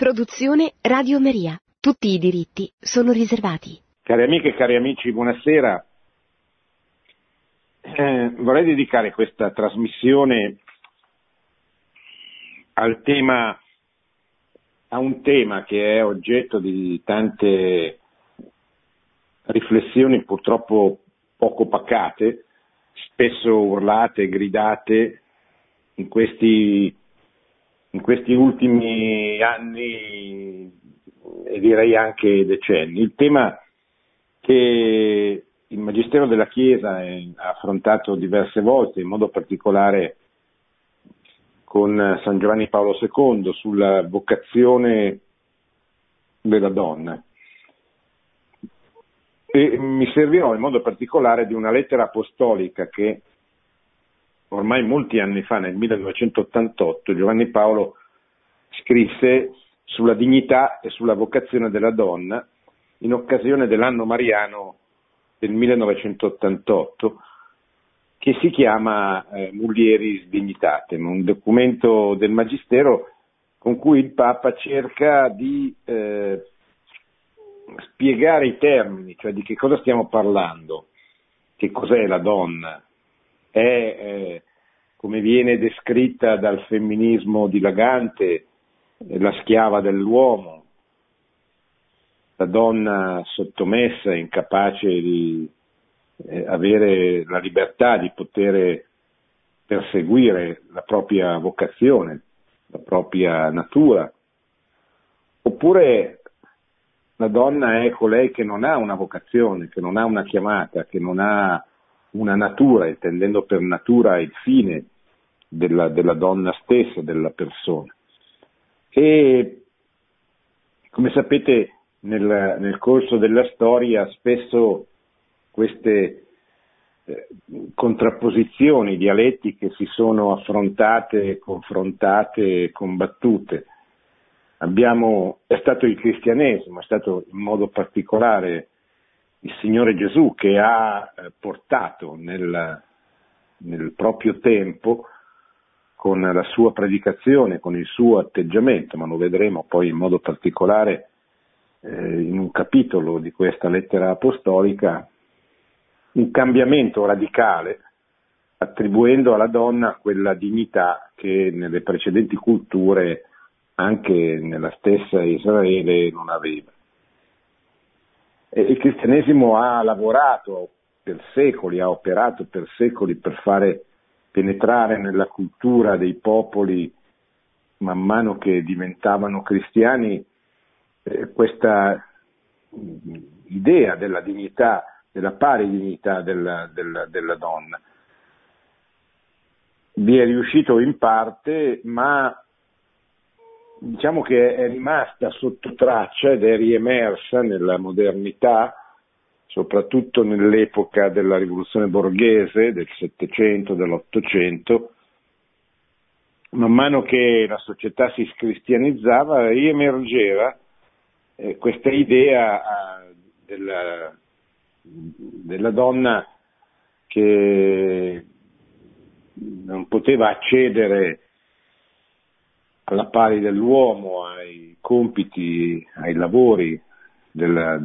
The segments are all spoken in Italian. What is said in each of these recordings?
Produzione Radio Maria. Tutti i diritti sono riservati. Cari amiche e cari amici, buonasera. Vorrei dedicare questa trasmissione a un tema che è oggetto di tante riflessioni purtroppo poco pacate, spesso urlate, gridate in questi ultimi anni e direi anche decenni. Il tema che il Magistero della Chiesa ha affrontato diverse volte, in modo particolare con San Giovanni Paolo II, sulla vocazione della donna. E mi servirò in modo particolare di una lettera apostolica che ormai molti anni fa, nel 1988, Giovanni Paolo scrisse sulla dignità e sulla vocazione della donna in occasione dell'anno mariano del 1988, che si chiama Mulieris Dignitatem, un documento del Magistero con cui il Papa cerca di spiegare i termini, cioè di che cosa stiamo parlando, che cos'è la donna, è come viene descritta dal femminismo dilagante, la schiava dell'uomo, la donna sottomessa, incapace di avere la libertà di poter perseguire la propria vocazione, la propria natura, oppure la donna è colei che non ha una vocazione, che non ha una chiamata, che non ha una natura, intendendo per natura il fine della donna stessa, della persona. E come sapete nel corso della storia spesso queste contrapposizioni dialettiche si sono affrontate, confrontate, combattute. È stato il cristianesimo, è stato in modo particolare il Signore Gesù che ha portato nel proprio tempo, con la sua predicazione, con il suo atteggiamento, ma lo vedremo poi in modo particolare in un capitolo di questa lettera apostolica, un cambiamento radicale, attribuendo alla donna quella dignità che nelle precedenti culture, anche nella stessa Israele, non aveva. E il cristianesimo ha lavorato per secoli, ha operato per secoli per fare penetrare nella cultura dei popoli, man mano che diventavano cristiani, questa idea della dignità, della pari dignità della donna. Vi è riuscito in parte, ma diciamo che è rimasta sotto traccia ed è riemersa nella modernità, soprattutto nell'epoca della rivoluzione borghese, del Settecento, dell'Ottocento. Man mano che la società si cristianizzava, riemergeva questa idea della donna che non poteva accedere alla pari dell'uomo ai compiti, ai lavori della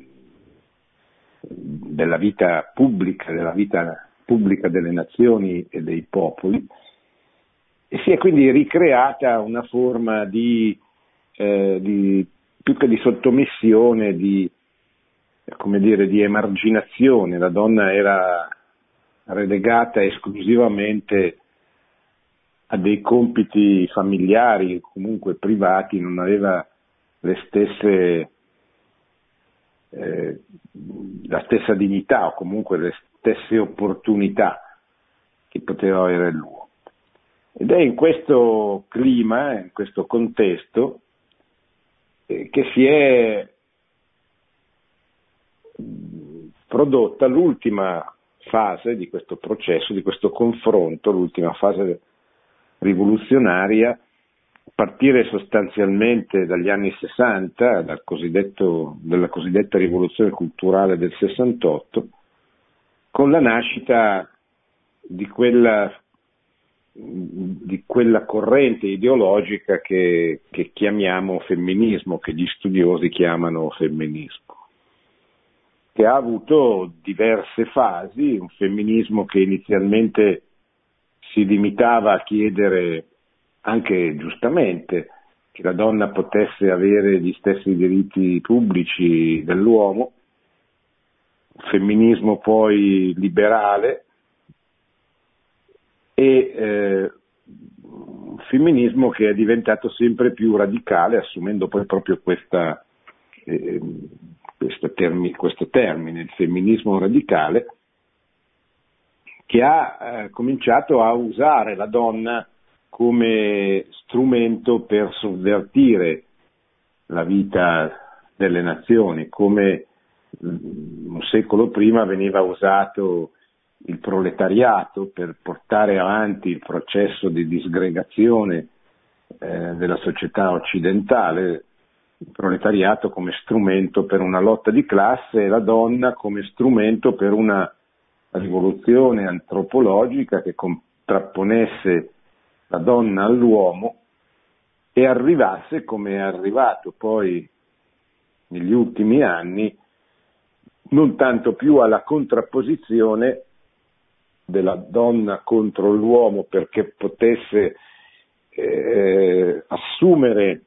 vita pubblica delle nazioni e dei popoli, e si è quindi ricreata una forma di più che di sottomissione, di emarginazione. La donna era relegata esclusivamente a dei compiti familiari, comunque privati, non aveva la stessa dignità o comunque le stesse opportunità che poteva avere l'uomo. Ed è in questo clima, in questo contesto, che si è prodotta l'ultima fase di questo processo, di questo confronto, l'ultima fase rivoluzionaria, a partire sostanzialmente dagli anni 60, della cosiddetta rivoluzione culturale del 68, con la nascita di quella di quella corrente ideologica che chiamiamo femminismo, che gli studiosi chiamano femminismo, che ha avuto diverse fasi. Un femminismo che inizialmente si limitava a chiedere, anche giustamente, che la donna potesse avere gli stessi diritti pubblici dell'uomo, un femminismo poi liberale, e un femminismo che è diventato sempre più radicale, assumendo poi proprio questo termine, il femminismo radicale, che ha cominciato a usare la donna come strumento per sovvertire la vita delle nazioni, come un secolo prima veniva usato il proletariato per portare avanti il processo di disgregazione della società occidentale, il proletariato come strumento per una lotta di classe e la donna come strumento per una rivoluzione antropologica che contrapponesse la donna all'uomo e arrivasse, come è arrivato poi negli ultimi anni, non tanto più alla contrapposizione della donna contro l'uomo perché potesse assumere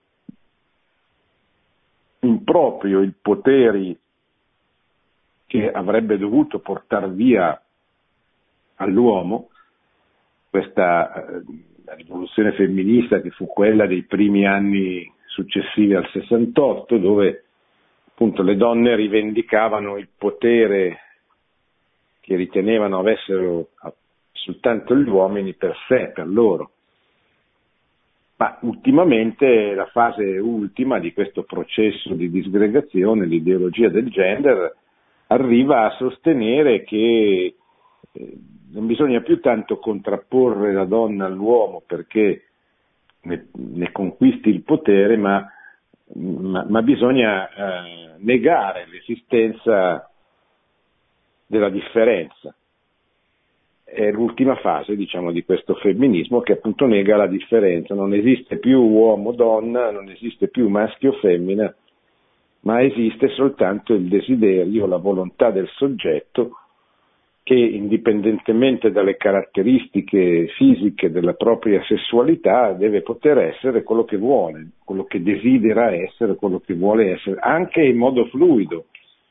in proprio i poteri che avrebbe dovuto portar via all'uomo. Questa la rivoluzione femminista, che fu quella dei primi anni successivi al 68, dove appunto le donne rivendicavano il potere che ritenevano avessero soltanto gli uomini per sé, per loro. Ma ultimamente la fase ultima di questo processo di disgregazione, l'ideologia del gender, arriva a sostenere che non bisogna più tanto contrapporre la donna all'uomo perché ne conquisti il potere, ma bisogna negare l'esistenza della differenza. È l'ultima fase, diciamo, di questo femminismo che appunto nega la differenza. Non esiste più uomo-donna, non esiste più maschio-femmina, ma esiste soltanto il desiderio, la volontà del soggetto che, indipendentemente dalle caratteristiche fisiche della propria sessualità, deve poter essere quello che vuole, quello che desidera essere, quello che vuole essere, anche in modo fluido,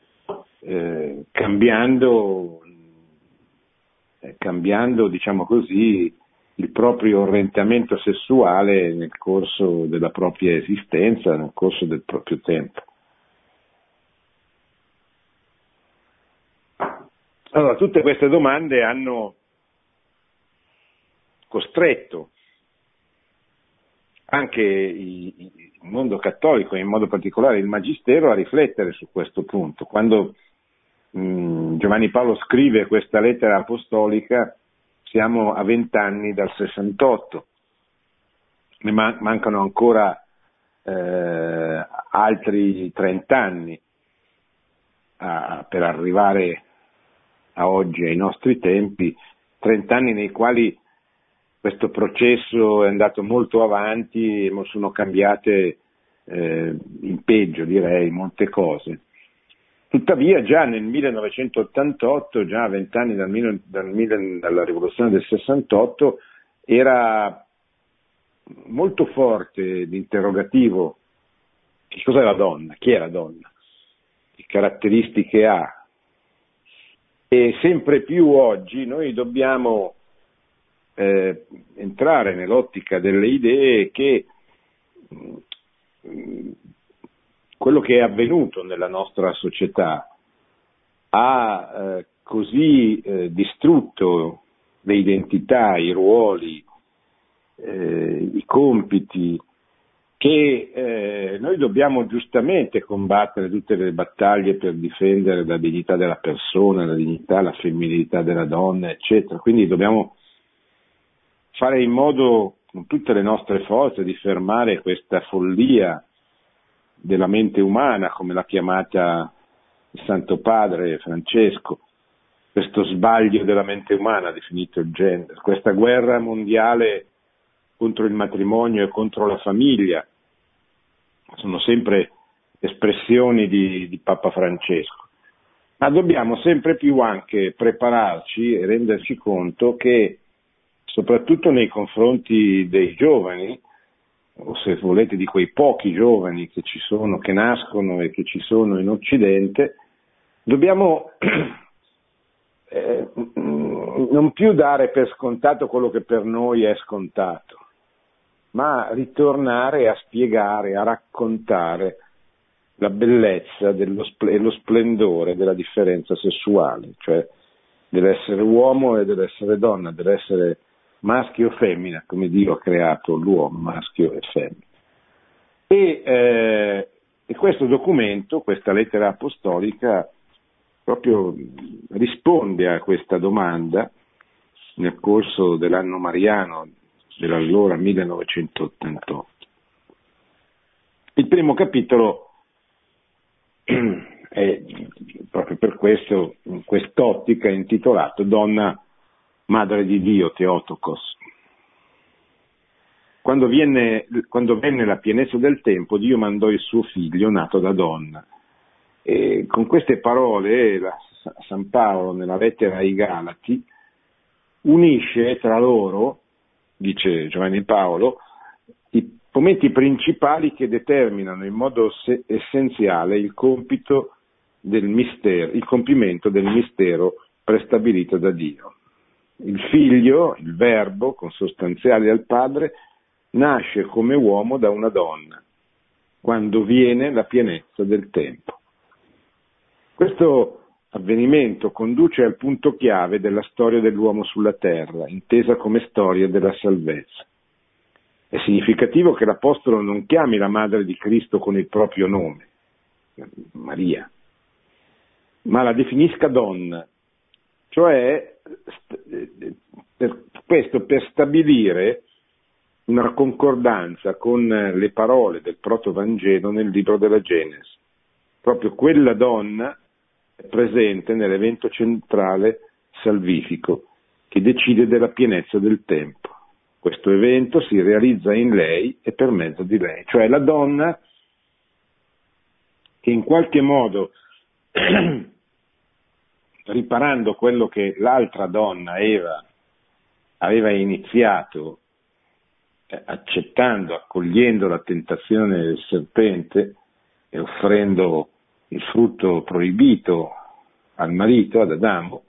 cambiando, diciamo così, il proprio orientamento sessuale nel corso della propria esistenza, nel corso del proprio tempo. Allora, tutte queste domande hanno costretto anche il mondo cattolico, e in modo particolare il Magistero, a riflettere su questo punto. Quando Giovanni Paolo scrive questa lettera apostolica, siamo a 20 anni dal 68, ne mancano ancora altri 30 anni per arrivare a oggi, ai nostri tempi, 30 anni nei quali questo processo è andato molto avanti e sono cambiate in peggio, direi, molte cose. Tuttavia già nel 1988, già a 20 anni dalla rivoluzione del 68, era molto forte l'interrogativo: che cos'è la donna? Chi è la donna? Che caratteristiche ha? E sempre più oggi noi dobbiamo entrare nell'ottica delle idee che quello che è avvenuto nella nostra società ha così distrutto le identità, i ruoli, i compiti, che noi dobbiamo giustamente combattere tutte le battaglie per difendere la dignità della persona, la dignità, la femminilità della donna, eccetera. Quindi dobbiamo fare in modo, con tutte le nostre forze, di fermare questa follia della mente umana, come l'ha chiamata il Santo Padre Francesco, questo sbaglio della mente umana, definito il gender, questa guerra mondiale contro il matrimonio e contro la famiglia, sono sempre espressioni di Papa Francesco. Ma dobbiamo sempre più anche prepararci e renderci conto che, soprattutto nei confronti dei giovani, o se volete di quei pochi giovani che ci sono, che nascono e che ci sono in Occidente, dobbiamo non più dare per scontato quello che per noi è scontato, ma ritornare a spiegare, a raccontare la bellezza e lo splendore della differenza sessuale, cioè dell'essere uomo e dell'essere donna, dell'essere maschio o femmina, come Dio ha creato l'uomo, maschio e femmina. E questo documento, questa lettera apostolica, proprio risponde a questa domanda nel corso dell'anno mariano dell'allora 1988. Il primo capitolo è proprio per questo, in quest'ottica, intitolato Donna, Madre di Dio, Theotokos. Quando venne la pienezza del tempo, Dio mandò il suo figlio nato da donna. E con queste parole San Paolo, nella lettera ai Galati, unisce tra loro, dice Giovanni Paolo, i momenti principali che determinano in modo essenziale il compimento del mistero prestabilito da Dio. Il figlio, il verbo, consostanziale al padre, nasce come uomo da una donna, quando viene la pienezza del tempo. Questo avvenimento conduce al punto chiave della storia dell'uomo sulla terra, intesa come storia della salvezza. È significativo che l'Apostolo non chiami la madre di Cristo con il proprio nome, Maria, ma la definisca donna, cioè per stabilire una concordanza con le parole del protovangelo nel libro della Genesi. Proprio quella donna è presente nell'evento centrale salvifico che decide della pienezza del tempo. Questo evento si realizza in lei e per mezzo di lei, cioè la donna che in qualche modo, riparando quello che l'altra donna Eva aveva iniziato, accogliendo la tentazione del serpente e offrendo il frutto proibito al marito, ad Adamo,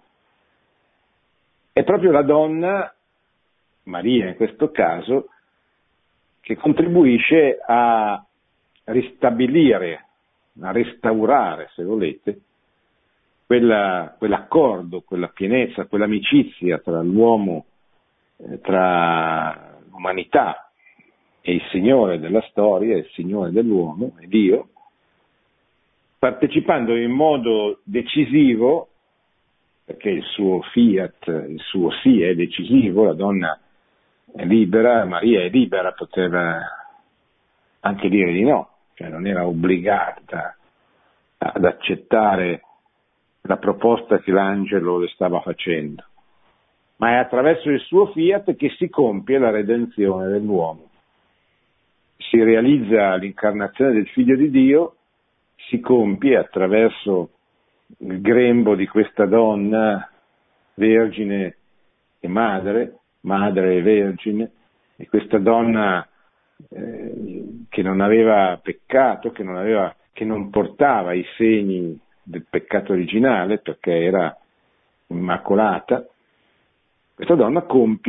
è proprio la donna, Maria in questo caso, che contribuisce a ristabilire, a restaurare, se volete, quell'accordo, quella pienezza, quell'amicizia tra l'uomo, tra l'umanità e il Signore della storia, il Signore dell'uomo, e Dio, partecipando in modo decisivo, perché il suo fiat, il suo sì è decisivo, la donna è libera, Maria è libera, poteva anche dire di no, cioè non era obbligata ad accettare la proposta che l'angelo le stava facendo, ma è attraverso il suo fiat che si compie la redenzione dell'uomo. Si realizza l'incarnazione del Figlio di Dio, si compie attraverso il grembo di questa donna, vergine e madre e vergine, di questa donna che non aveva peccato, che non portava i segni del peccato originale perché era immacolata. Questa donna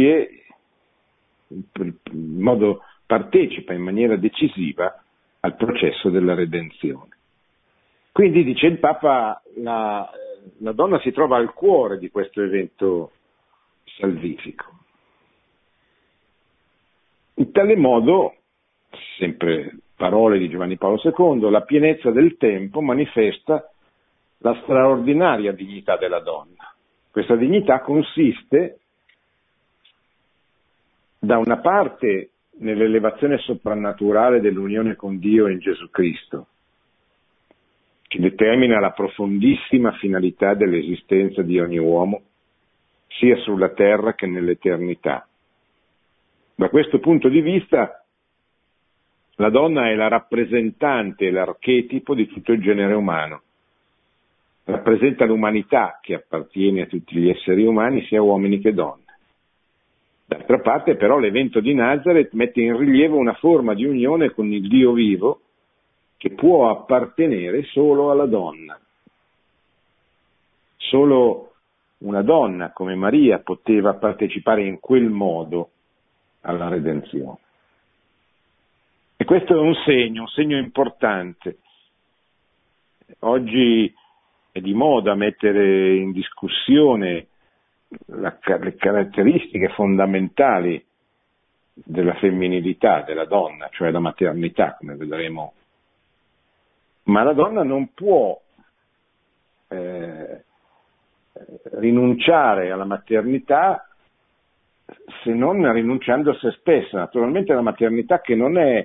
partecipa in maniera decisiva al processo della redenzione. Quindi, dice il Papa, la donna si trova al cuore di questo evento salvifico. In tale modo, sempre parole di Giovanni Paolo II, la pienezza del tempo manifesta la straordinaria dignità della donna. Questa dignità consiste, da una parte, nell'elevazione soprannaturale dell'unione con Dio in Gesù Cristo, che determina la profondissima finalità dell'esistenza di ogni uomo, sia sulla terra che nell'eternità. Da questo punto di vista, la donna è la rappresentante e l'archetipo di tutto il genere umano. Rappresenta l'umanità che appartiene a tutti gli esseri umani, sia uomini che donne. D'altra parte, però, l'evento di Nazareth mette in rilievo una forma di unione con il Dio vivo che può appartenere solo alla donna. Solo una donna come Maria poteva partecipare in quel modo alla redenzione. E questo è un segno importante. Oggi è di moda mettere in discussione le caratteristiche fondamentali della femminilità, della donna, cioè la maternità, come vedremo. Ma la donna non può rinunciare alla maternità se non rinunciando a se stessa. Naturalmente la maternità che non è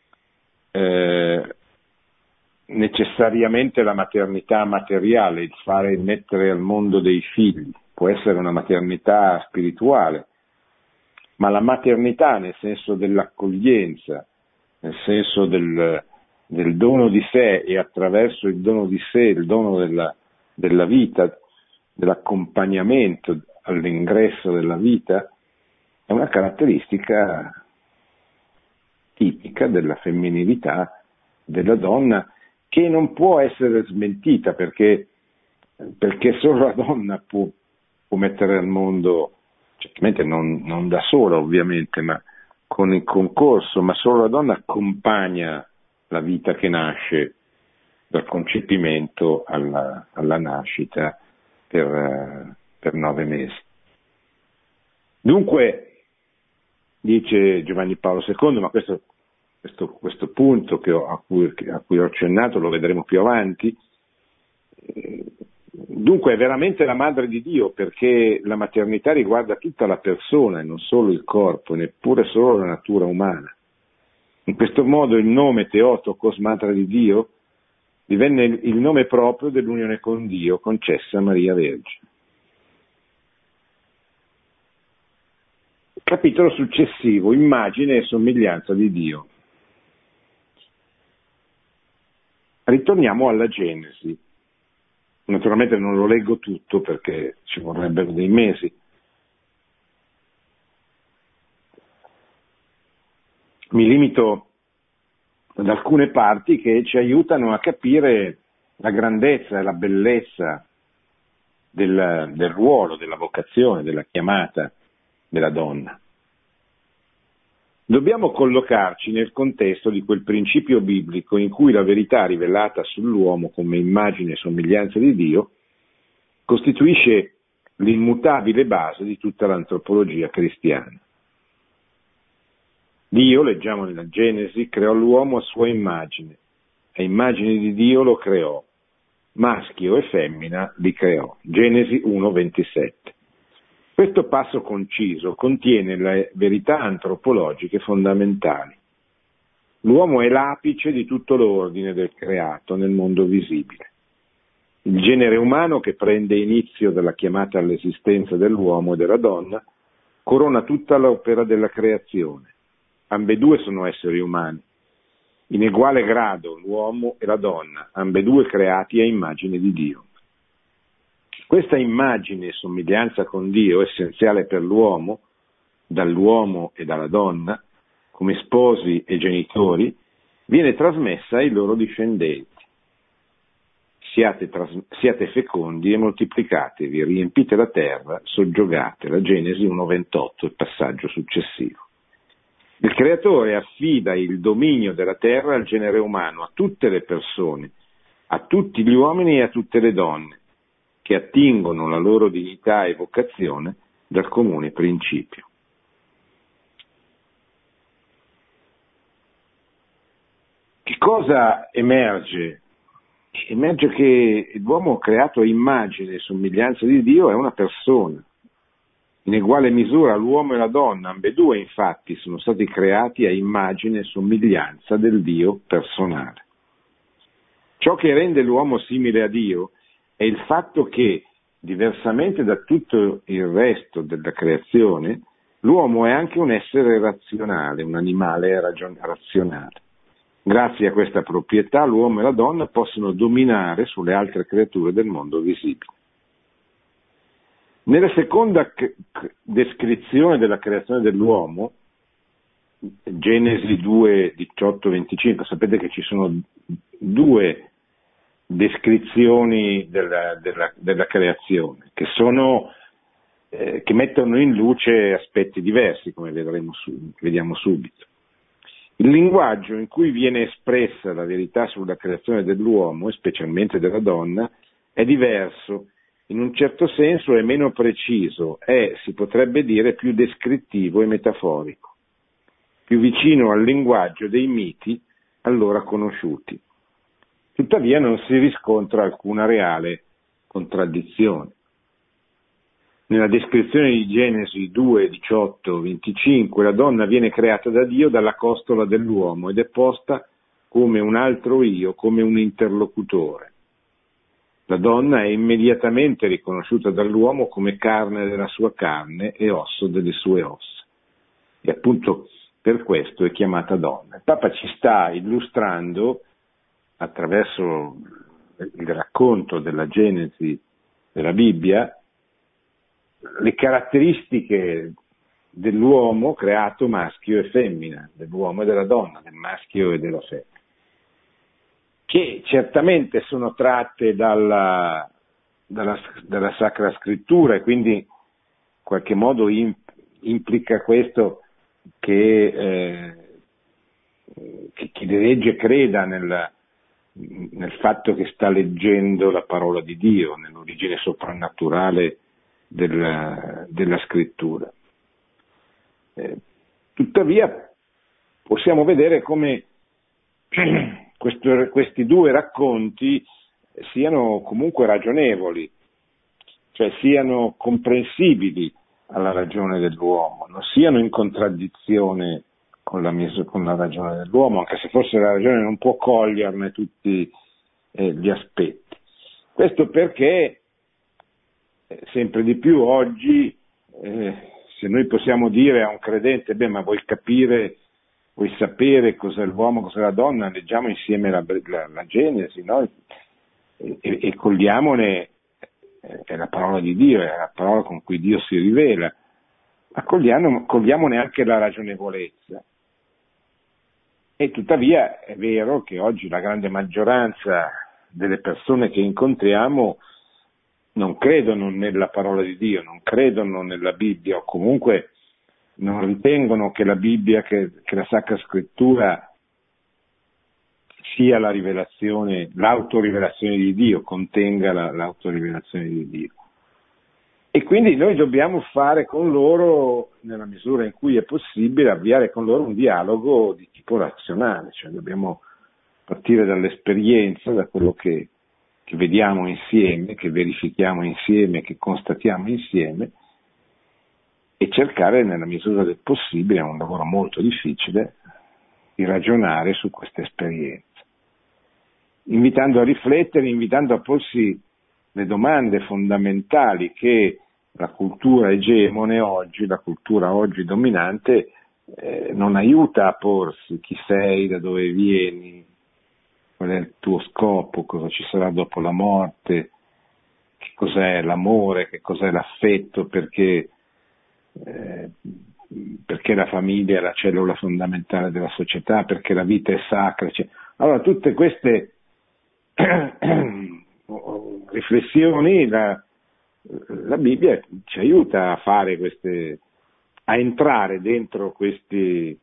necessariamente la maternità materiale, il fare mettere al mondo dei figli, può essere una maternità spirituale, ma la maternità nel senso dell'accoglienza, nel senso del dono di sé e attraverso il dono di sé, il dono della vita, dell'accompagnamento all'ingresso della vita, è una caratteristica tipica della femminilità della donna che non può essere smentita perché solo la donna può mettere al mondo, certamente non da sola ovviamente, ma con il concorso, ma solo la donna accompagna la vita che nasce dal concepimento alla nascita per 9 mesi. Dunque, dice Giovanni Paolo II, ma questo punto a cui ho accennato lo vedremo più avanti, dunque è veramente la madre di Dio, perché la maternità riguarda tutta la persona e non solo il corpo, neppure solo la natura umana. In questo modo il nome Theotokos, madre di Dio, divenne il nome proprio dell'unione con Dio concessa a Maria Vergine. Capitolo successivo, immagine e somiglianza di Dio. Ritorniamo alla Genesi. Naturalmente non lo leggo tutto perché ci vorrebbero dei mesi. Mi limito ad alcune parti che ci aiutano a capire la grandezza e la bellezza del ruolo, della vocazione, della chiamata della donna. Dobbiamo collocarci nel contesto di quel principio biblico in cui la verità rivelata sull'uomo come immagine e somiglianza di Dio costituisce l'immutabile base di tutta l'antropologia cristiana. Dio, leggiamo nella Genesi, creò l'uomo a sua immagine, a immagine di Dio lo creò, maschio e femmina li creò. Genesi 1:27. Questo passo conciso contiene le verità antropologiche fondamentali. L'uomo è l'apice di tutto l'ordine del creato nel mondo visibile. Il genere umano, che prende inizio dalla chiamata all'esistenza dell'uomo e della donna, corona tutta l'opera della creazione. Ambedue sono esseri umani, in eguale grado l'uomo e la donna, ambedue creati a immagine di Dio. Questa immagine e somiglianza con Dio, essenziale per l'uomo, dall'uomo e dalla donna, come sposi e genitori, viene trasmessa ai loro discendenti. Siate fecondi e moltiplicatevi, riempite la terra, soggiogatela. Genesi 1:28, il passaggio successivo. Il Creatore affida il dominio della terra al genere umano, a tutte le persone, a tutti gli uomini e a tutte le donne, che attingono la loro dignità e vocazione dal comune principio. Che cosa emerge? Emerge che l'uomo creato a immagine e somiglianza di Dio è una persona. In eguale misura l'uomo e la donna, ambedue infatti, sono stati creati a immagine e somiglianza del Dio personale. Ciò che rende l'uomo simile a Dio è il fatto che, diversamente da tutto il resto della creazione, l'uomo è anche un essere razionale, un animale razionale. Grazie a questa proprietà l'uomo e la donna possono dominare sulle altre creature del mondo visibile. Nella seconda descrizione della creazione dell'uomo, Genesi 2, 18, 25, sapete che ci sono due descrizioni della creazione che mettono in luce aspetti diversi, come vediamo subito. Il linguaggio in cui viene espressa la verità sulla creazione dell'uomo, e specialmente della donna, è diverso, in un certo senso è meno preciso, si potrebbe dire, più descrittivo e metaforico, più vicino al linguaggio dei miti allora conosciuti. Tuttavia non si riscontra alcuna reale contraddizione. Nella descrizione di Genesi 2, 18, 25, la donna viene creata da Dio dalla costola dell'uomo ed è posta come un altro io, come un interlocutore. La donna è immediatamente riconosciuta dall'uomo come carne della sua carne e osso delle sue ossa. E appunto per questo è chiamata donna. Il Papa ci sta illustrando, attraverso il racconto della Genesi della Bibbia, le caratteristiche dell'uomo creato maschio e femmina, dell'uomo e della donna, del maschio e della femmina, che certamente sono tratte dalla Sacra Scrittura, e quindi in qualche modo implica questo che chi legge creda nel fatto che sta leggendo la parola di Dio, nell'origine soprannaturale della scrittura. Tuttavia possiamo vedere come questi due racconti siano comunque ragionevoli, cioè siano comprensibili alla ragione dell'uomo, non siano in contraddizione con la ragione dell'uomo, anche se forse la ragione non può coglierne tutti gli aspetti. Questo perché sempre di più oggi, se noi possiamo dire a un credente, ma vuoi sapere cos'è l'uomo, cos'è la donna, leggiamo insieme la Genesi, no? E cogliamone, è la parola di Dio, è la parola con cui Dio si rivela, ma cogliamone anche la ragionevolezza. E tuttavia è vero che oggi la grande maggioranza delle persone che incontriamo non credono nella parola di Dio, non credono nella Bibbia, o comunque non ritengono che la Bibbia, che la Sacra Scrittura sia la rivelazione, l'autorivelazione di Dio, contenga l'autorivelazione di Dio. E quindi noi dobbiamo fare con loro, nella misura in cui è possibile, avviare con loro un dialogo di tipo razionale, cioè dobbiamo partire dall'esperienza, da quello che vediamo insieme, che verifichiamo insieme, che constatiamo insieme, e cercare nella misura del possibile, è un lavoro molto difficile, di ragionare su questa esperienza, invitando a riflettere, invitando a porsi le domande fondamentali che la cultura egemone oggi, la cultura oggi dominante, non aiuta a porsi: chi sei, da dove vieni, qual è il tuo scopo, cosa ci sarà dopo la morte, che cos'è l'amore, che cos'è l'affetto, perché la famiglia è la cellula fondamentale della società, perché la vita è sacra. Allora tutte queste riflessioni la Bibbia ci aiuta a fare a entrare dentro queste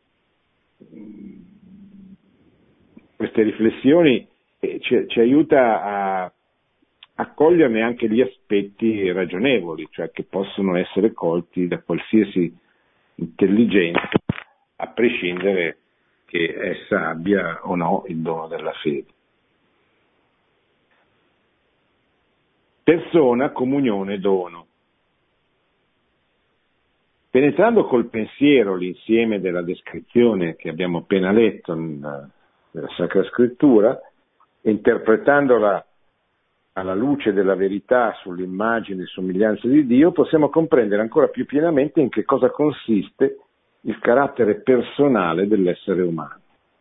riflessioni, e ci aiuta a coglierne anche gli aspetti ragionevoli, cioè che possono essere colti da qualsiasi intelligenza, a prescindere che essa abbia o no il dono della fede. Persona, comunione, dono. Penetrando col pensiero l'insieme della descrizione che abbiamo appena letto nella Sacra Scrittura, e interpretandola alla luce della verità sull'immagine e somiglianza di Dio, possiamo comprendere ancora più pienamente in che cosa consiste il carattere personale dell'essere umano.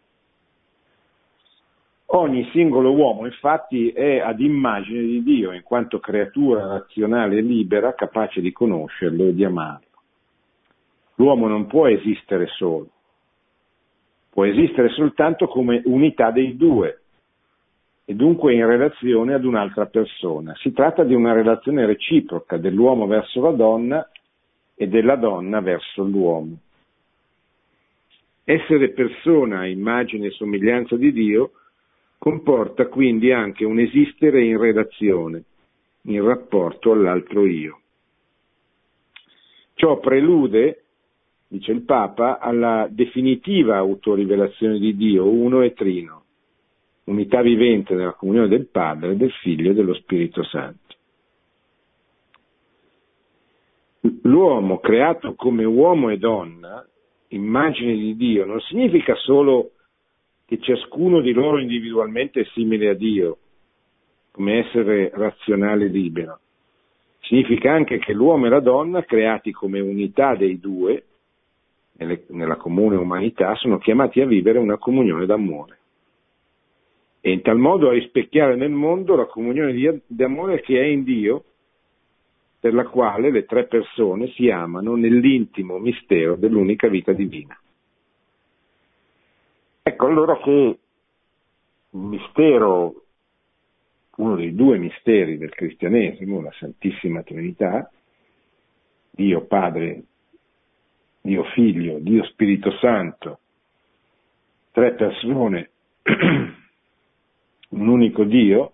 Ogni singolo uomo, infatti, è ad immagine di Dio, in quanto creatura razionale e libera, capace di conoscerlo e di amarlo. L'uomo non può esistere solo, può esistere soltanto come unità dei due, e dunque in relazione ad un'altra persona. Si tratta di una relazione reciproca dell'uomo verso la donna e della donna verso l'uomo. Essere persona a immagine e somiglianza di Dio comporta quindi anche un esistere in relazione, in rapporto all'altro io. Ciò prelude, dice il Papa, alla definitiva autorivelazione di Dio, uno e trino, unità vivente nella comunione del Padre, del Figlio e dello Spirito Santo. L'uomo creato come uomo e donna, immagine di Dio, non significa solo che ciascuno di loro individualmente è simile a Dio, come essere razionale e libero. Significa anche che l'uomo e la donna, creati come unità dei due, nella comune umanità, sono chiamati a vivere una comunione d'amore. E in tal modo a rispecchiare nel mondo la comunione di amore che è in Dio, per la quale le tre persone si amano nell'intimo mistero dell'unica vita divina. Ecco allora che il mistero, uno dei due misteri del cristianesimo, la Santissima Trinità, Dio Padre, Dio Figlio, Dio Spirito Santo, tre persone, un unico Dio,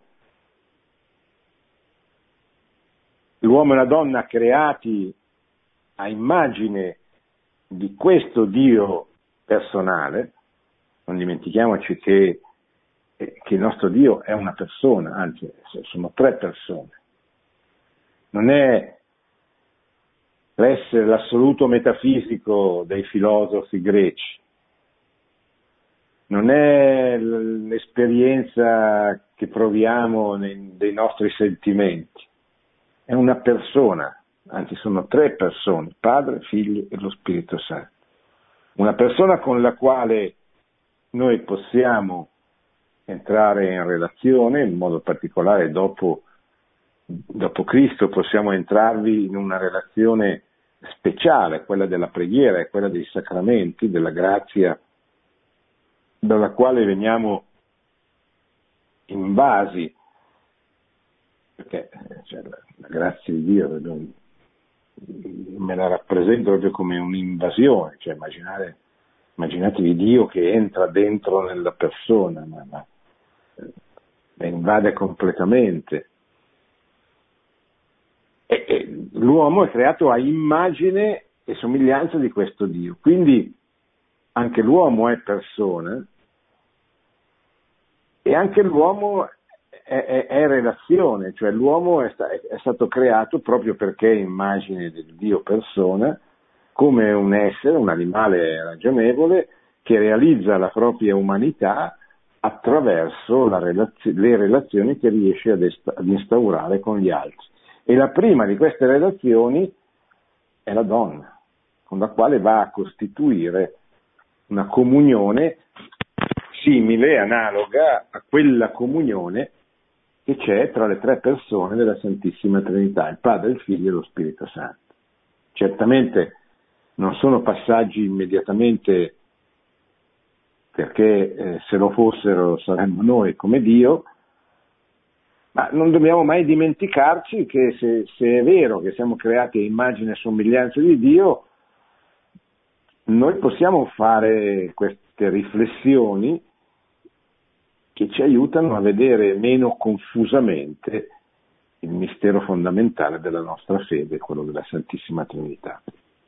l'uomo e la donna creati a immagine di questo Dio personale. Non dimentichiamoci che il nostro Dio è una persona, anzi sono tre persone. Non è l'essere l'assoluto metafisico dei filosofi greci, non è l'esperienza che proviamo dei nostri sentimenti, è una persona, anzi sono tre persone, Padre, Figlio e lo Spirito Santo. Una persona con la quale noi possiamo entrare in relazione, in modo particolare dopo Cristo possiamo entrarvi in una relazione speciale, quella della preghiera e quella dei sacramenti, della grazia, dalla quale veniamo invasi, perché la grazia di Dio me la rappresento proprio come un'invasione, cioè immaginatevi Dio che entra dentro nella persona, ma la invade completamente. E l'uomo è creato a immagine e somiglianza di questo Dio, quindi anche l'uomo è persona e anche l'uomo è relazione, cioè l'uomo è stato creato proprio perché è immagine del Dio persona, come un essere, un animale ragionevole che realizza la propria umanità attraverso le relazioni che riesce ad instaurare con gli altri. E la prima di queste relazioni è la donna, con la quale va a costituire una comunione simile, analoga a quella comunione che c'è tra le tre persone della Santissima Trinità, il Padre, il Figlio e lo Spirito Santo. Certamente non sono passaggi immediatamente, perché se lo fossero saremmo noi come Dio, ma non dobbiamo mai dimenticarci che se è vero che siamo creati a immagine e somiglianza di Dio, noi possiamo fare queste riflessioni che ci aiutano a vedere meno confusamente il mistero fondamentale della nostra fede, quello della Santissima Trinità.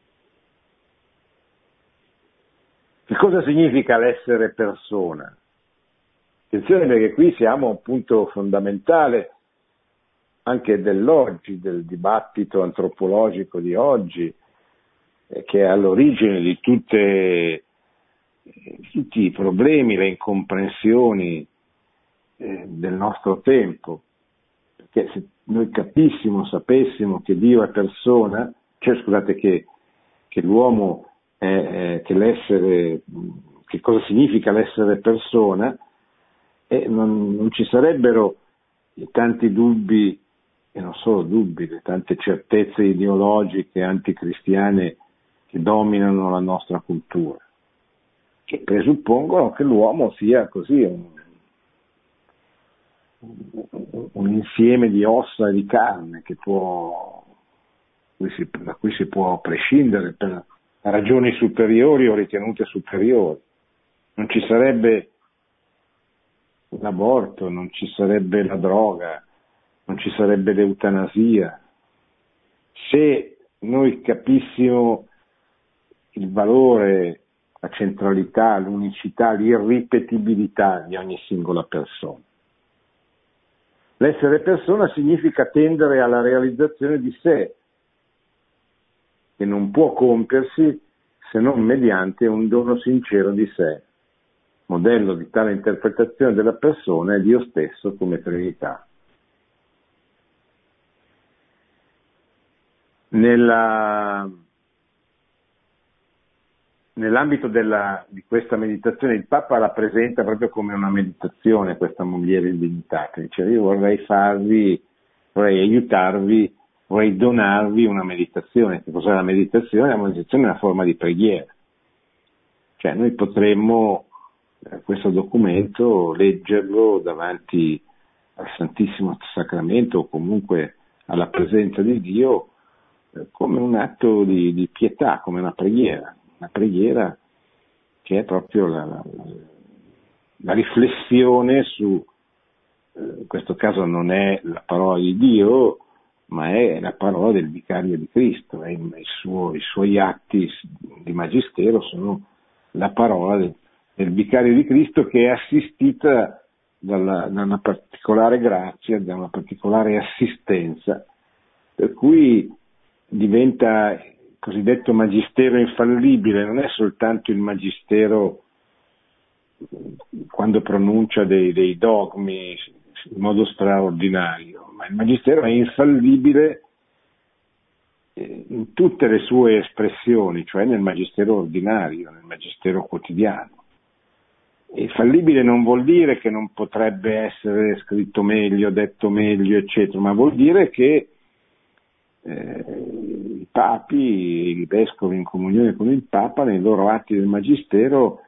Che cosa significa l'essere persona? Attenzione, perché qui siamo a un punto fondamentale anche dell'oggi, del dibattito antropologico di oggi, che è all'origine di tutti i problemi, le incomprensioni del nostro tempo, perché se noi capissimo, sapessimo che Dio è persona, cioè scusate che l'uomo che l'essere, che cosa significa l'essere persona, non ci sarebbero tanti dubbi, e non solo dubbi, le tante certezze ideologiche anticristiane che dominano la nostra cultura, che presuppongono che l'uomo sia così un insieme di ossa e di carne da cui si può prescindere per ragioni superiori o ritenute superiori. Non ci sarebbe l'aborto, non ci sarebbe la droga, non ci sarebbe l'eutanasia. Se noi capissimo il valore, la centralità, l'unicità, l'irripetibilità di ogni singola persona. L'essere persona significa tendere alla realizzazione di sé, che non può compiersi se non mediante un dono sincero di sé. Modello di tale interpretazione della persona è Dio stesso come Trinità. Nell'ambito di questa meditazione il Papa la presenta proprio come una meditazione, questa mogliere illimitata. Dice: io vorrei aiutarvi, vorrei donarvi una meditazione. Che cos'è la meditazione? La meditazione è una forma di preghiera. Cioè noi potremmo questo documento leggerlo davanti al Santissimo Sacramento o comunque alla presenza di Dio come un atto di pietà, come una preghiera che è proprio la riflessione su, in questo caso non è la parola di Dio, ma è la parola del vicario di Cristo, i suoi atti di magistero sono la parola del vicario di Cristo, che è assistita da una particolare grazia, da una particolare assistenza, per cui diventa il cosiddetto magistero infallibile. Non è soltanto il magistero quando pronuncia dei dogmi in modo straordinario, ma il magistero è infallibile in tutte le sue espressioni, cioè nel magistero ordinario, nel magistero quotidiano. E fallibile non vuol dire che non potrebbe essere scritto meglio, detto meglio, eccetera, ma vuol dire che i papi, i vescovi in comunione con il Papa, nei loro atti del magistero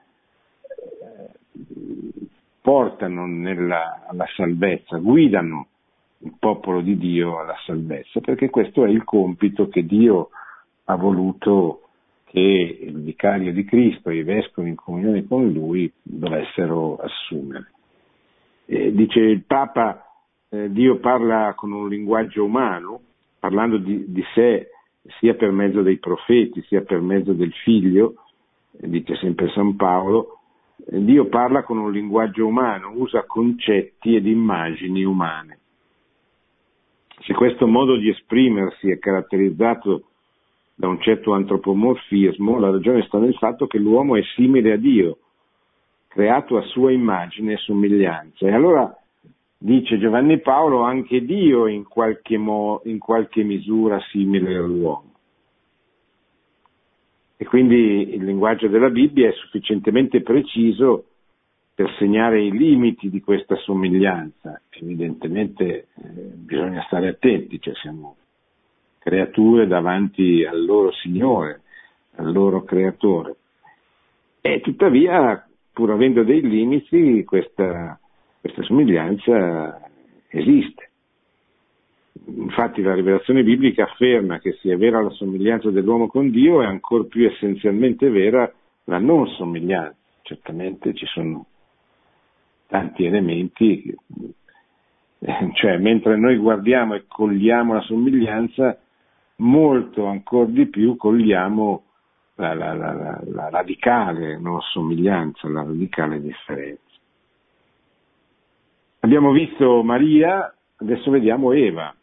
portano alla salvezza, guidano il popolo di Dio alla salvezza, perché questo è il compito che Dio ha voluto che il vicario di Cristo e i vescovi in comunione con lui dovessero assumere. Dice il Papa, Dio parla con un linguaggio umano, parlando di sé sia per mezzo dei profeti sia per mezzo del Figlio, dice sempre San Paolo. Dio parla con un linguaggio umano, usa concetti ed immagini umane. Se questo modo di esprimersi è caratterizzato da un certo antropomorfismo, la ragione sta nel fatto che l'uomo è simile a Dio, creato a sua immagine e somiglianza. E allora, dice Giovanni Paolo, anche Dio in qualche misura simile all'uomo. E quindi il linguaggio della Bibbia è sufficientemente preciso per segnare i limiti di questa somiglianza. Evidentemente bisogna stare attenti, cioè siamo creature davanti al loro Signore, al loro Creatore. E tuttavia, pur avendo dei limiti, questa somiglianza esiste. Infatti la rivelazione biblica afferma che sia vera la somiglianza dell'uomo con Dio, è ancor più essenzialmente vera la non somiglianza. Certamente ci sono tanti elementi, cioè mentre noi guardiamo e cogliamo la somiglianza, molto ancor di più cogliamo la radicale non somiglianza, la radicale differenza. Abbiamo visto Maria, adesso vediamo Eva.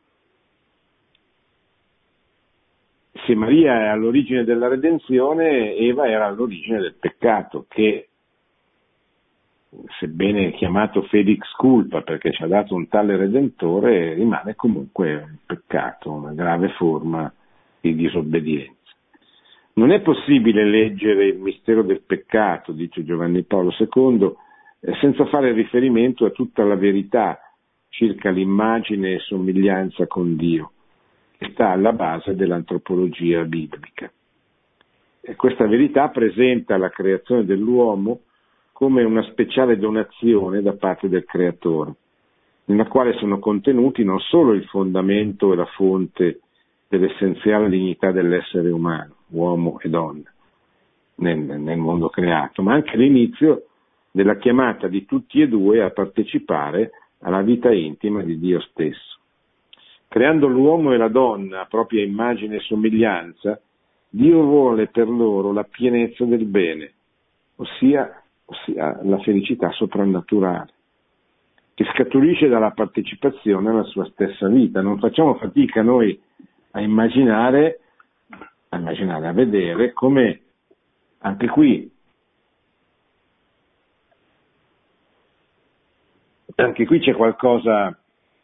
Se Maria è all'origine della redenzione, Eva era all'origine del peccato, che sebbene chiamato Felix culpa perché ci ha dato un tale Redentore, rimane comunque un peccato, una grave forma di disobbedienza. Non è possibile leggere il mistero del peccato, dice Giovanni Paolo II, senza fare riferimento a tutta la verità circa l'immagine e somiglianza con Dio, che sta alla base dell'antropologia biblica. E questa verità presenta la creazione dell'uomo come una speciale donazione da parte del Creatore, nella quale sono contenuti non solo il fondamento e la fonte dell'essenziale dignità dell'essere umano, uomo e donna, nel mondo creato, ma anche l'inizio della chiamata di tutti e due a partecipare alla vita intima di Dio stesso. Creando l'uomo e la donna a propria immagine e somiglianza, Dio vuole per loro la pienezza del bene, ossia la felicità soprannaturale, che scaturisce dalla partecipazione alla sua stessa vita. Non facciamo fatica noi a immaginare, a vedere come anche qui c'è qualcosa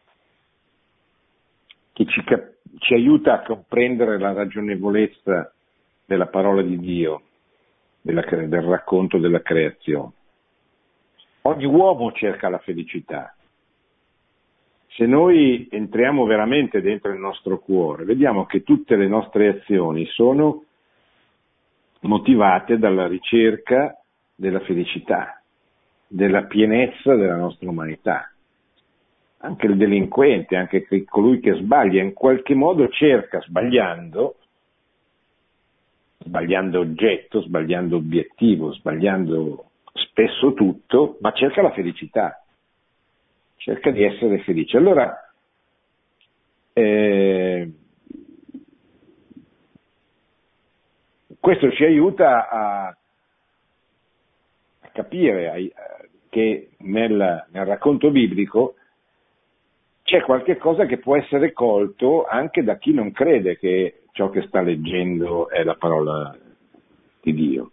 che ci aiuta a comprendere la ragionevolezza della parola di Dio, del racconto della creazione. Ogni uomo cerca la felicità. Se noi entriamo veramente dentro il nostro cuore, vediamo che tutte le nostre azioni sono motivate dalla ricerca della felicità, della pienezza della nostra umanità. Anche il delinquente, anche colui che sbaglia, in qualche modo cerca, sbagliando oggetto, sbagliando obiettivo, sbagliando spesso tutto, ma cerca la felicità, cerca di essere felice. Allora, questo ci aiuta a capire che nel racconto biblico c'è qualche cosa che può essere colto anche da chi non crede che ciò che sta leggendo è la parola di Dio.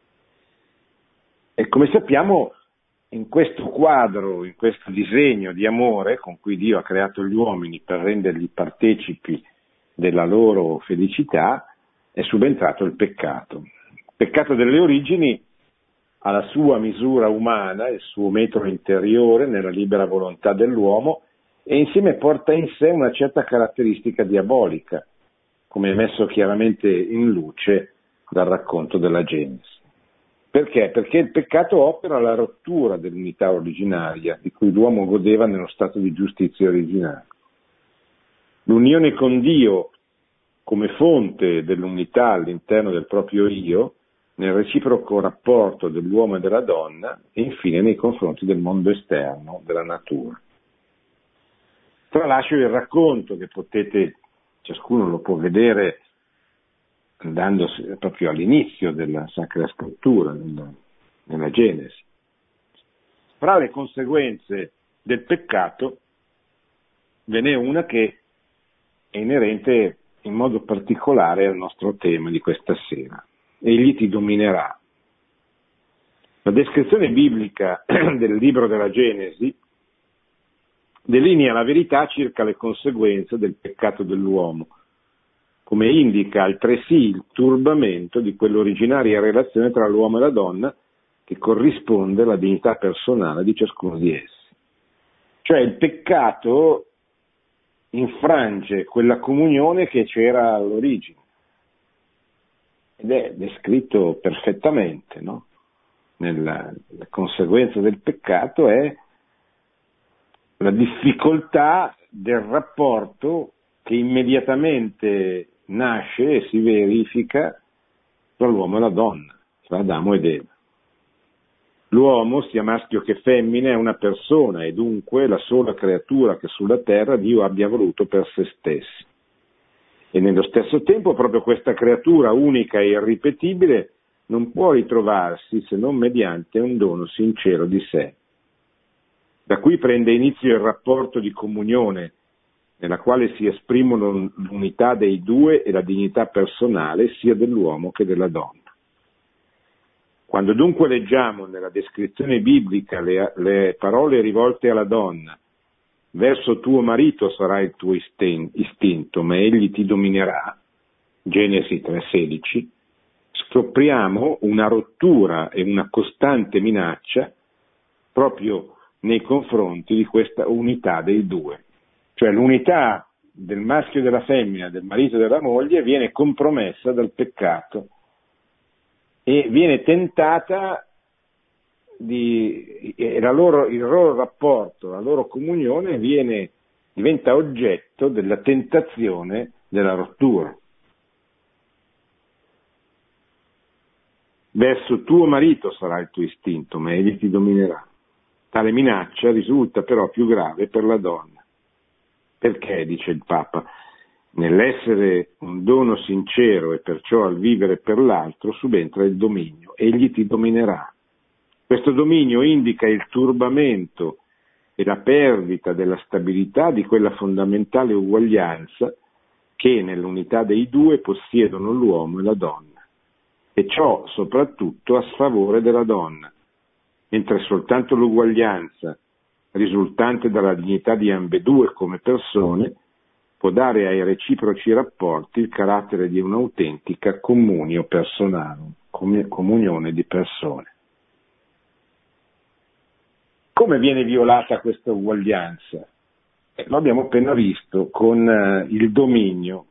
E come sappiamo, in questo quadro, in questo disegno di amore con cui Dio ha creato gli uomini per renderli partecipi della loro felicità, è subentrato il peccato. Il peccato delle origini ha la sua misura umana, il suo metro interiore nella libera volontà dell'uomo, e insieme porta in sé una certa caratteristica diabolica, come è messo chiaramente in luce dal racconto della Genesi. Perché? Perché il peccato opera la rottura dell'unità originaria di cui l'uomo godeva nello stato di giustizia originario. L'unione con Dio come fonte dell'unità all'interno del proprio io, nel reciproco rapporto dell'uomo e della donna e infine nei confronti del mondo esterno, della natura. Tralascio il racconto che ciascuno lo può vedere andando proprio all'inizio della Sacra Scrittura, nella Genesi. Fra le conseguenze del peccato ve n'è una che è inerente in modo particolare al nostro tema di questa sera. Egli ti dominerà. La descrizione biblica del libro della Genesi delinea la verità circa le conseguenze del peccato dell'uomo, come indica altresì il turbamento di quell'originaria relazione tra l'uomo e la donna che corrisponde alla dignità personale di ciascuno di essi. Cioè il peccato infrange quella comunione che c'era all'origine ed è descritto perfettamente, no? La conseguenza del peccato è la difficoltà del rapporto che immediatamente nasce e si verifica tra l'uomo e la donna, tra Adamo ed Eva. L'uomo, sia maschio che femmina, è una persona e dunque la sola creatura che sulla terra Dio abbia voluto per se stesso. E nello stesso tempo proprio questa creatura unica e irripetibile non può ritrovarsi se non mediante un dono sincero di sé. Da qui prende inizio il rapporto di comunione, nella quale si esprimono l'unità dei due e la dignità personale sia dell'uomo che della donna. Quando dunque leggiamo nella descrizione biblica le parole rivolte alla donna, verso tuo marito sarà il tuo istinto, ma egli ti dominerà, Genesi 3,16, scopriamo una rottura e una costante minaccia proprio nei confronti di questa unità dei due. Cioè l'unità del maschio e della femmina, del marito e della moglie, viene compromessa dal peccato e viene tentata il loro rapporto, la loro comunione diventa oggetto della tentazione della rottura. Verso tuo marito sarà il tuo istinto, ma egli ti dominerà. Tale minaccia risulta però più grave per la donna. Perché, dice il Papa, nell'essere un dono sincero e perciò al vivere per l'altro subentra il dominio. Egli ti dominerà. Questo dominio indica il turbamento e la perdita della stabilità di quella fondamentale uguaglianza che nell'unità dei due possiedono l'uomo e la donna. E ciò soprattutto a sfavore della donna, mentre soltanto l'uguaglianza risultante dalla dignità di ambedue come persone può dare ai reciproci rapporti il carattere di un'autentica comunio personale, comunione di persone. Come viene violata questa uguaglianza? Lo abbiamo appena visto con il dominio.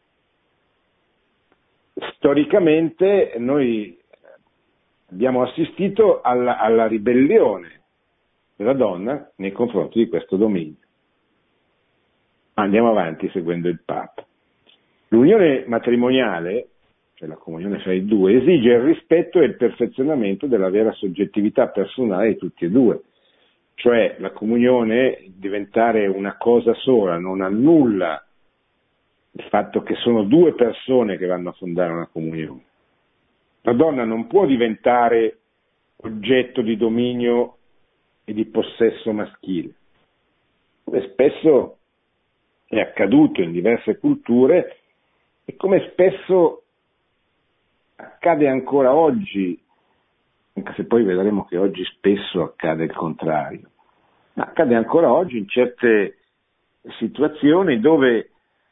Storicamente noi abbiamo assistito alla ribellione della donna nei confronti di questo dominio. Andiamo avanti seguendo il Papa. L'unione matrimoniale, cioè la comunione fra i due, esige il rispetto e il perfezionamento della vera soggettività personale di tutti e due. Cioè la comunione, diventare una cosa sola, non annulla il fatto che sono due persone che vanno a fondare una comunione. La donna non può diventare oggetto di dominio e di possesso maschile, come spesso è accaduto in diverse culture e come spesso accade ancora oggi, anche se poi vedremo che oggi spesso accade il contrario. Ma accade ancora oggi in certe situazioni dove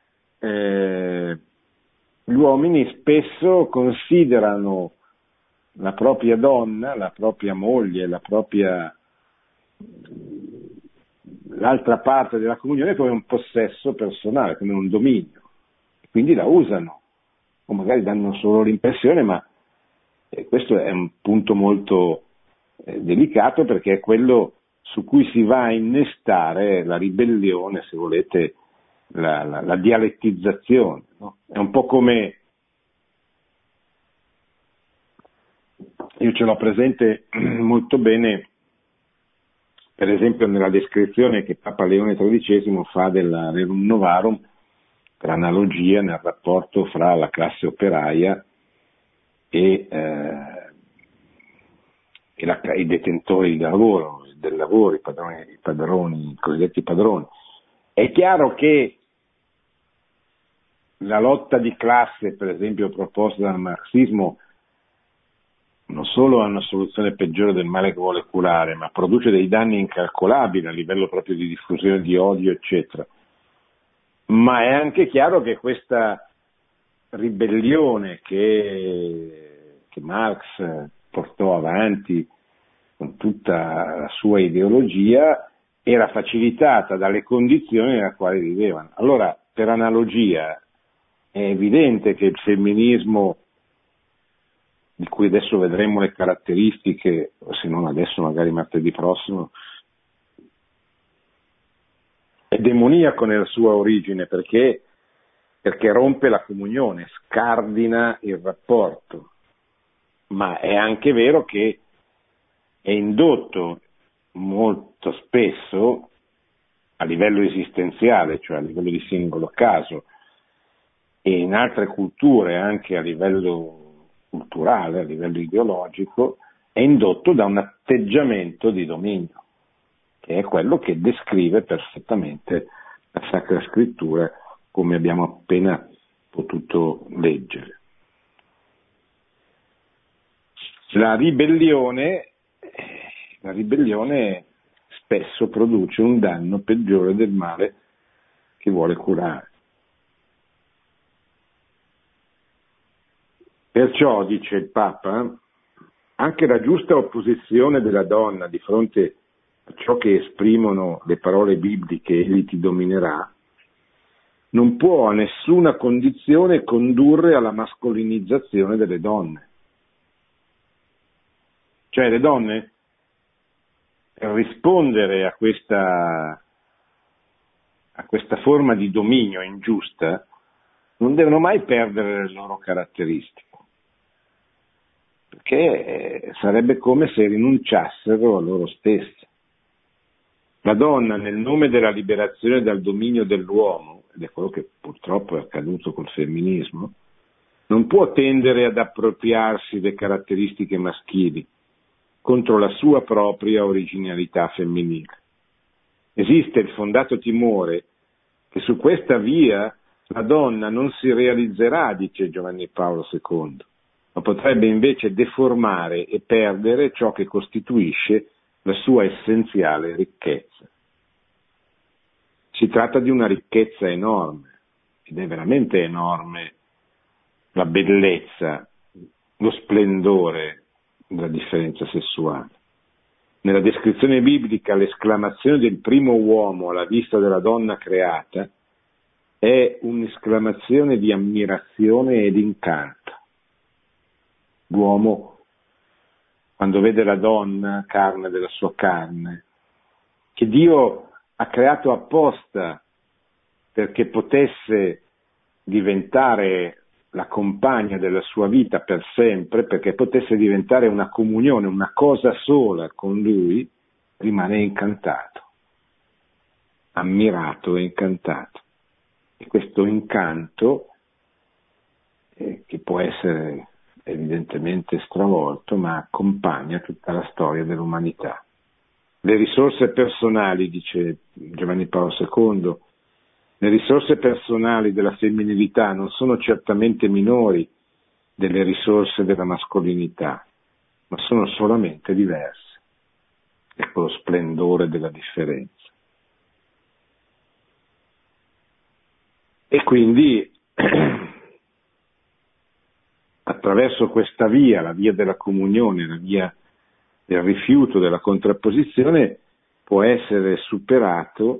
gli uomini spesso considerano la propria donna, la propria moglie, l'altra parte della comunione come un possesso personale, come un dominio. E quindi la usano, o magari danno solo l'impressione, ma questo è un punto molto delicato perché è quello su cui si va a innestare la ribellione, se volete, la dialettizzazione, no? È un po' come, io ce l'ho presente molto bene, per esempio nella descrizione che Papa Leone XIII fa del Rerum Novarum, per analogia nel rapporto fra la classe operaia e i detentori del lavoro, i cosiddetti padroni. È chiaro che la lotta di classe, per esempio proposta dal marxismo, non solo è una soluzione peggiore del male che vuole curare, ma produce dei danni incalcolabili a livello proprio di diffusione di odio, eccetera. Ma è anche chiaro che questa ribellione che Marx portò avanti con tutta la sua ideologia era facilitata dalle condizioni nelle quali vivevano. Allora, per analogia, è evidente che il femminismo, di cui adesso vedremo le caratteristiche, se non adesso magari martedì prossimo, è demoniaco nella sua origine perché rompe la comunione, scardina il rapporto, ma è anche vero che è indotto molto spesso a livello esistenziale, cioè a livello di singolo caso, e in altre culture anche a livello culturale, a livello ideologico, è indotto da un atteggiamento di dominio, che è quello che descrive perfettamente la Sacra Scrittura, come abbiamo appena potuto leggere. La ribellione spesso produce un danno peggiore del male che vuole curare. Perciò, dice il Papa, anche la giusta opposizione della donna di fronte a ciò che esprimono le parole bibliche "egli ti dominerà", non può a nessuna condizione condurre alla mascolinizzazione delle donne. Cioè le donne, per rispondere a questa forma di dominio ingiusta, non devono mai perdere le loro caratteristiche, perché sarebbe come se rinunciassero a loro stesse. La donna, nel nome della liberazione dal dominio dell'uomo, ed è quello che purtroppo è accaduto col femminismo, non può tendere ad appropriarsi delle caratteristiche maschili contro la sua propria originalità femminile. Esiste il fondato timore che su questa via la donna non si realizzerà, dice Giovanni Paolo II, ma potrebbe invece deformare e perdere ciò che costituisce la sua essenziale ricchezza. Si tratta di una ricchezza enorme, ed è veramente enorme la bellezza, lo splendore della differenza sessuale. Nella descrizione biblica l'esclamazione del primo uomo alla vista della donna creata è un'esclamazione di ammirazione ed incanto. L'uomo, quando vede la donna, carne della sua carne, che Dio ha creato apposta perché potesse diventare la compagna della sua vita per sempre, perché potesse diventare una comunione, una cosa sola con lui, rimane incantato, ammirato e incantato. E questo incanto, che può essere evidentemente stravolto, ma accompagna tutta la storia dell'umanità. Le risorse personali, dice Giovanni Paolo II, le risorse personali della femminilità non sono certamente minori delle risorse della mascolinità, ma sono solamente diverse. Ecco lo splendore della differenza. E quindi attraverso questa via, la via della comunione, la via del rifiuto, della contrapposizione, può essere superata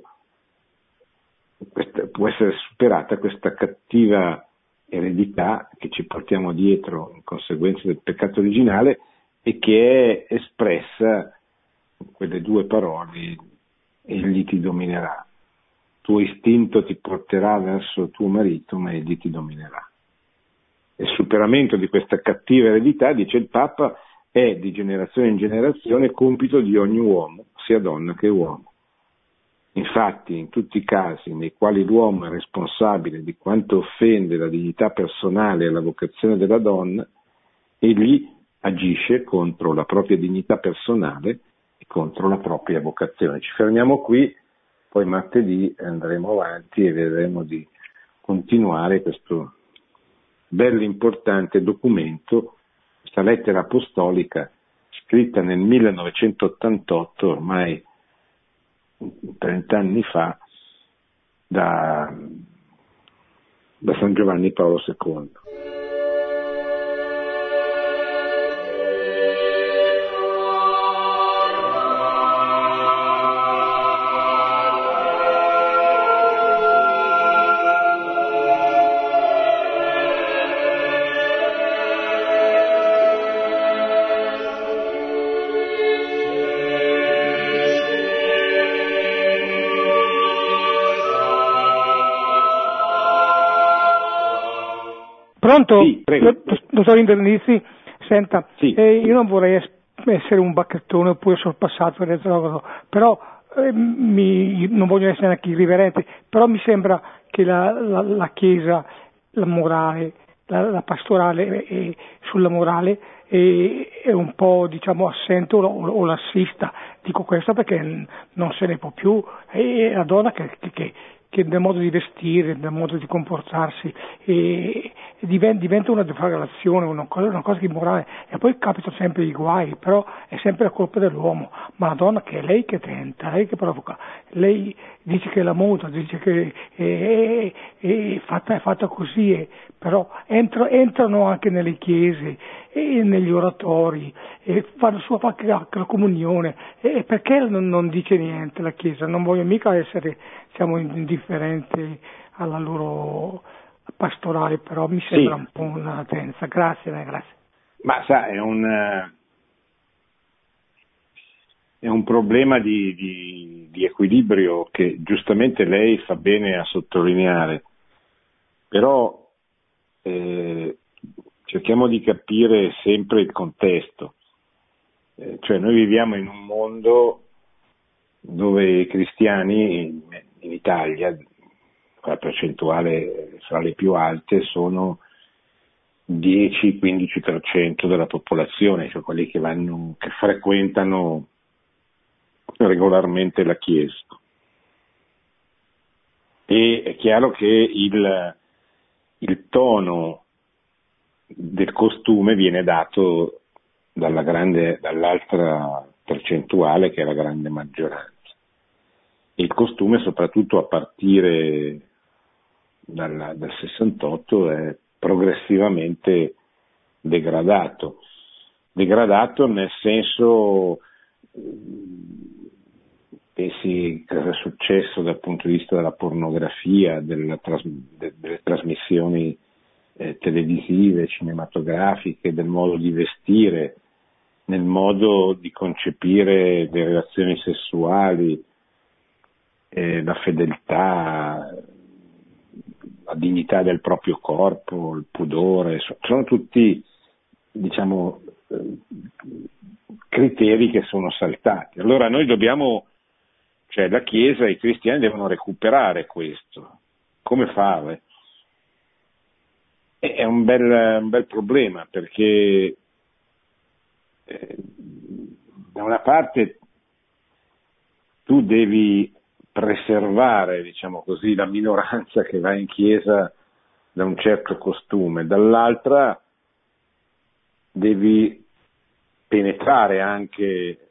questa cattiva eredità che ci portiamo dietro in conseguenza del peccato originale e che è espressa in quelle due parole: egli ti dominerà. Tuo istinto ti porterà verso tuo marito, ma egli ti dominerà. Il superamento di questa cattiva eredità, dice il Papa, è di generazione in generazione compito di ogni uomo, sia donna che uomo. Infatti, in tutti i casi nei quali l'uomo è responsabile di quanto offende la dignità personale e la vocazione della donna, egli agisce contro la propria dignità personale e contro la propria vocazione. Ci fermiamo qui, poi martedì andremo avanti e vedremo di continuare questo bello importante documento, questa lettera apostolica scritta nel 1988, ormai 30 anni fa, da San Giovanni Paolo II. Pronto? Sì, prego. Dottor Indernizi, senta, Sì. Io non vorrei essere un bacchettone oppure sorpassato, però non voglio essere neanche irriverente, però mi sembra che la Chiesa, la morale, la pastorale sulla morale è un po', diciamo, assente o lassista. Dico questo perché non se ne può più, è la donna che che nel modo di vestire, nel modo di comportarsi, e diventa una deflagrazione, una cosa immorale, e poi capitano sempre i guai, però è sempre la colpa dell'uomo, ma la donna che è lei che tenta, lei che provoca, lei dice che è la moda, dice che è fatta così, però entrano anche nelle chiese e negli oratori, e fanno anche la comunione, e perché non dice niente la Chiesa? Non voglio mica essere, indifferenti alla loro pastorale, però mi sembra un po' una latenza. Grazie. Ma sa, è un problema di equilibrio che giustamente lei fa bene a sottolineare, però cerchiamo di capire sempre il contesto. Cioè noi viviamo in un mondo dove i cristiani in Italia, la percentuale fra le più alte, sono 10-15% della popolazione, cioè quelli che frequentano regolarmente la Chiesa. E è chiaro che il tono del costume viene dato dall'altra percentuale, che è la grande maggioranza. E il costume, soprattutto a partire dal 68, è progressivamente degradato nel senso, pensi cosa è successo dal punto di vista della pornografia, delle trasmissioni televisive, cinematografiche, del modo di vestire, nel modo di concepire le relazioni sessuali, la fedeltà, la dignità del proprio corpo, il pudore, sono tutti, criteri che sono saltati. Allora noi la Chiesa e i cristiani devono recuperare questo. Come fare? È un bel problema, perché da una parte tu devi preservare, la minoranza che va in chiesa da un certo costume, dall'altra devi penetrare anche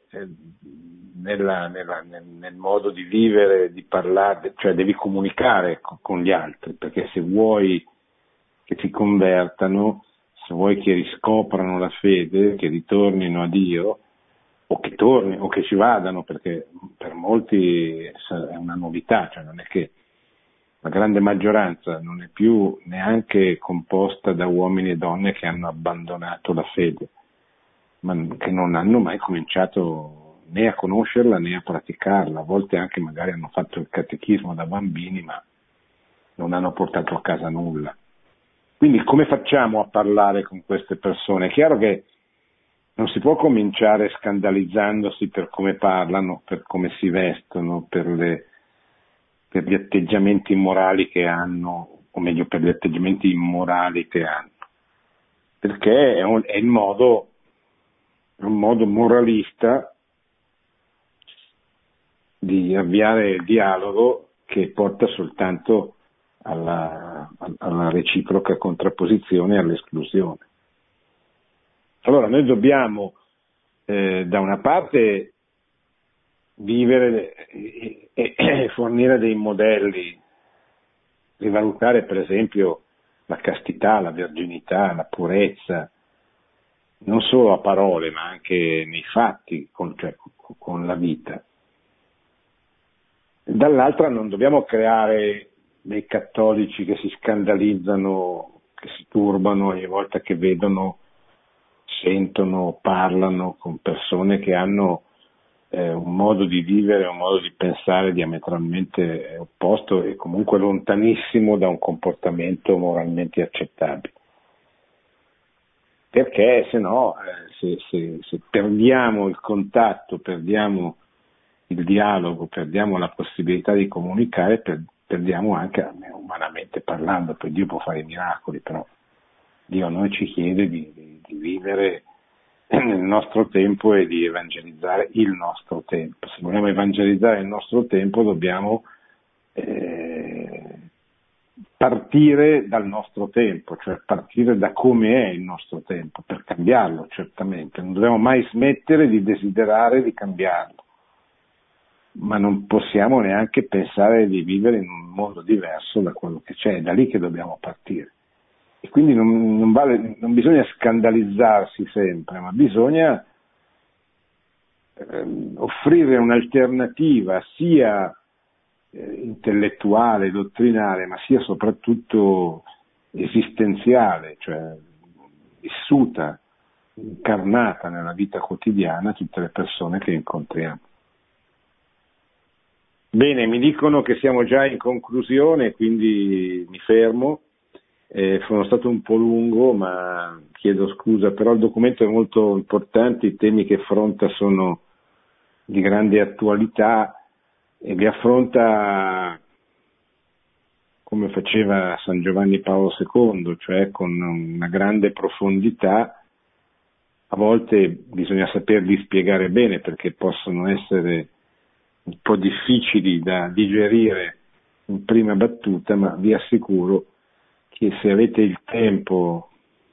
nel modo di vivere, di parlare, cioè devi comunicare con gli altri, perché se vuoi che si convertano, se vuoi che riscoprano la fede, che ritornino a Dio, o che torni o che ci vadano, perché per molti è una novità, cioè non è che la grande maggioranza non è più neanche composta da uomini e donne che hanno abbandonato la fede, ma che non hanno mai cominciato né a conoscerla né a praticarla. A volte anche magari hanno fatto il catechismo da bambini, ma non hanno portato a casa nulla. Quindi come facciamo a parlare con queste persone? È chiaro che non si può cominciare scandalizzandosi per come parlano, per come si vestono, per gli atteggiamenti immorali che hanno, o meglio per gli atteggiamenti immorali che hanno, perché è un modo moralista di avviare il dialogo che porta soltanto alla reciproca contrapposizione e all'esclusione. Allora noi dobbiamo da una parte vivere e fornire dei modelli, rivalutare per esempio la castità, la verginità, la purezza, non solo a parole ma anche nei fatti, con la vita. Dall'altra non dobbiamo creare dei cattolici che si scandalizzano, che si turbano ogni volta che vedono, sentono, parlano con persone che hanno un modo di vivere, un modo di pensare diametralmente opposto e comunque lontanissimo da un comportamento moralmente accettabile. Perché se no, se perdiamo il contatto, perdiamo il dialogo, perdiamo la possibilità di comunicare, perdiamo anche, umanamente parlando, poi Dio può fare miracoli, però Dio a noi ci chiede di vivere nel nostro tempo e di evangelizzare il nostro tempo. Se vogliamo evangelizzare il nostro tempo dobbiamo partire dal nostro tempo, cioè partire da come è il nostro tempo, per cambiarlo certamente. Non dobbiamo mai smettere di desiderare di cambiarlo, ma non possiamo neanche pensare di vivere in un mondo diverso da quello che c'è, è da lì che dobbiamo partire. E quindi non bisogna scandalizzarsi sempre, ma bisogna offrire un'alternativa sia intellettuale, dottrinale, ma sia soprattutto esistenziale, cioè vissuta, incarnata nella vita quotidiana, tutte le persone che incontriamo. Bene, mi dicono che siamo già in conclusione, quindi mi fermo. Sono stato un po' lungo, ma chiedo scusa, però il documento è molto importante, i temi che affronta sono di grande attualità e vi affronta come faceva San Giovanni Paolo II, cioè con una grande profondità. A volte bisogna saperli spiegare bene perché possono essere un po' difficili da digerire in prima battuta, ma vi assicuro che se avete il tempo,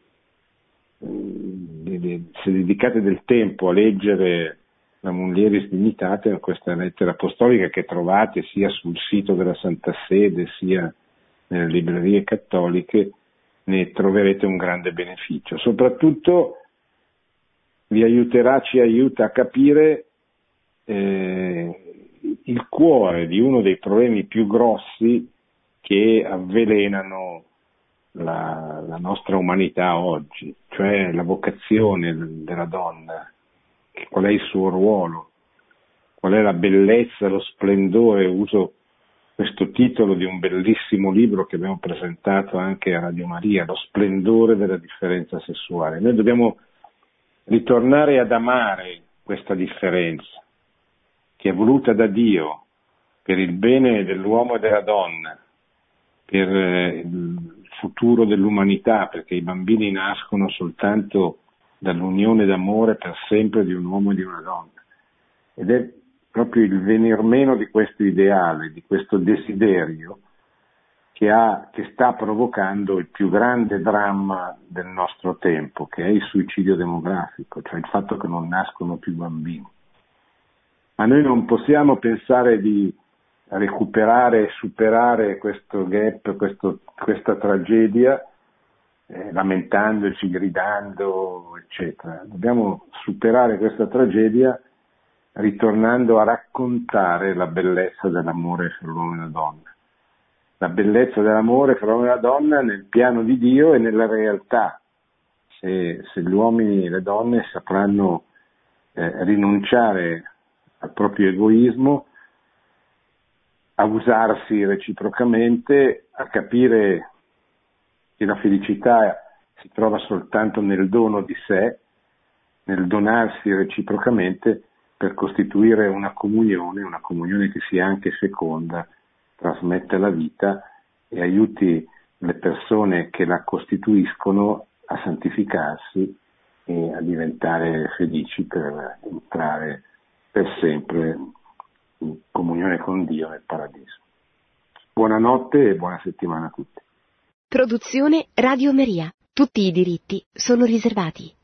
se dedicate del tempo a leggere la Mulieris Dignitatem, questa lettera apostolica che trovate sia sul sito della Santa Sede sia nelle librerie cattoliche, ne troverete un grande beneficio. Soprattutto ci aiuta a capire il cuore di uno dei problemi più grossi che avvelenano la nostra umanità oggi, cioè la vocazione della donna, qual è il suo ruolo, qual è la bellezza, lo splendore. Uso questo titolo di un bellissimo libro che abbiamo presentato anche a Radio Maria, Lo splendore della differenza sessuale. Noi dobbiamo ritornare ad amare questa differenza che è voluta da Dio per il bene dell'uomo e della donna, per il futuro dell'umanità, perché i bambini nascono soltanto dall'unione d'amore per sempre di un uomo e di una donna. Ed è proprio il venir meno di questo ideale, di questo desiderio, che sta provocando il più grande dramma del nostro tempo, che è il suicidio demografico, cioè il fatto che non nascono più bambini. Ma noi non possiamo pensare di recuperare e superare questo gap, questa tragedia, lamentandoci, gridando, eccetera. Dobbiamo superare questa tragedia ritornando a raccontare la bellezza dell'amore fra l'uomo e la donna. La bellezza dell'amore fra l'uomo e la donna nel piano di Dio e nella realtà. Se gli uomini e le donne sapranno rinunciare al proprio egoismo, a usarsi reciprocamente, a capire che la felicità si trova soltanto nel dono di sé, nel donarsi reciprocamente per costituire una comunione che sia anche feconda, trasmette la vita e aiuti le persone che la costituiscono a santificarsi e a diventare felici per entrare per sempre in comunione con Dio nel paradiso. Buonanotte e buona settimana a tutti. Produzione Radio Maria. Tutti i diritti sono riservati.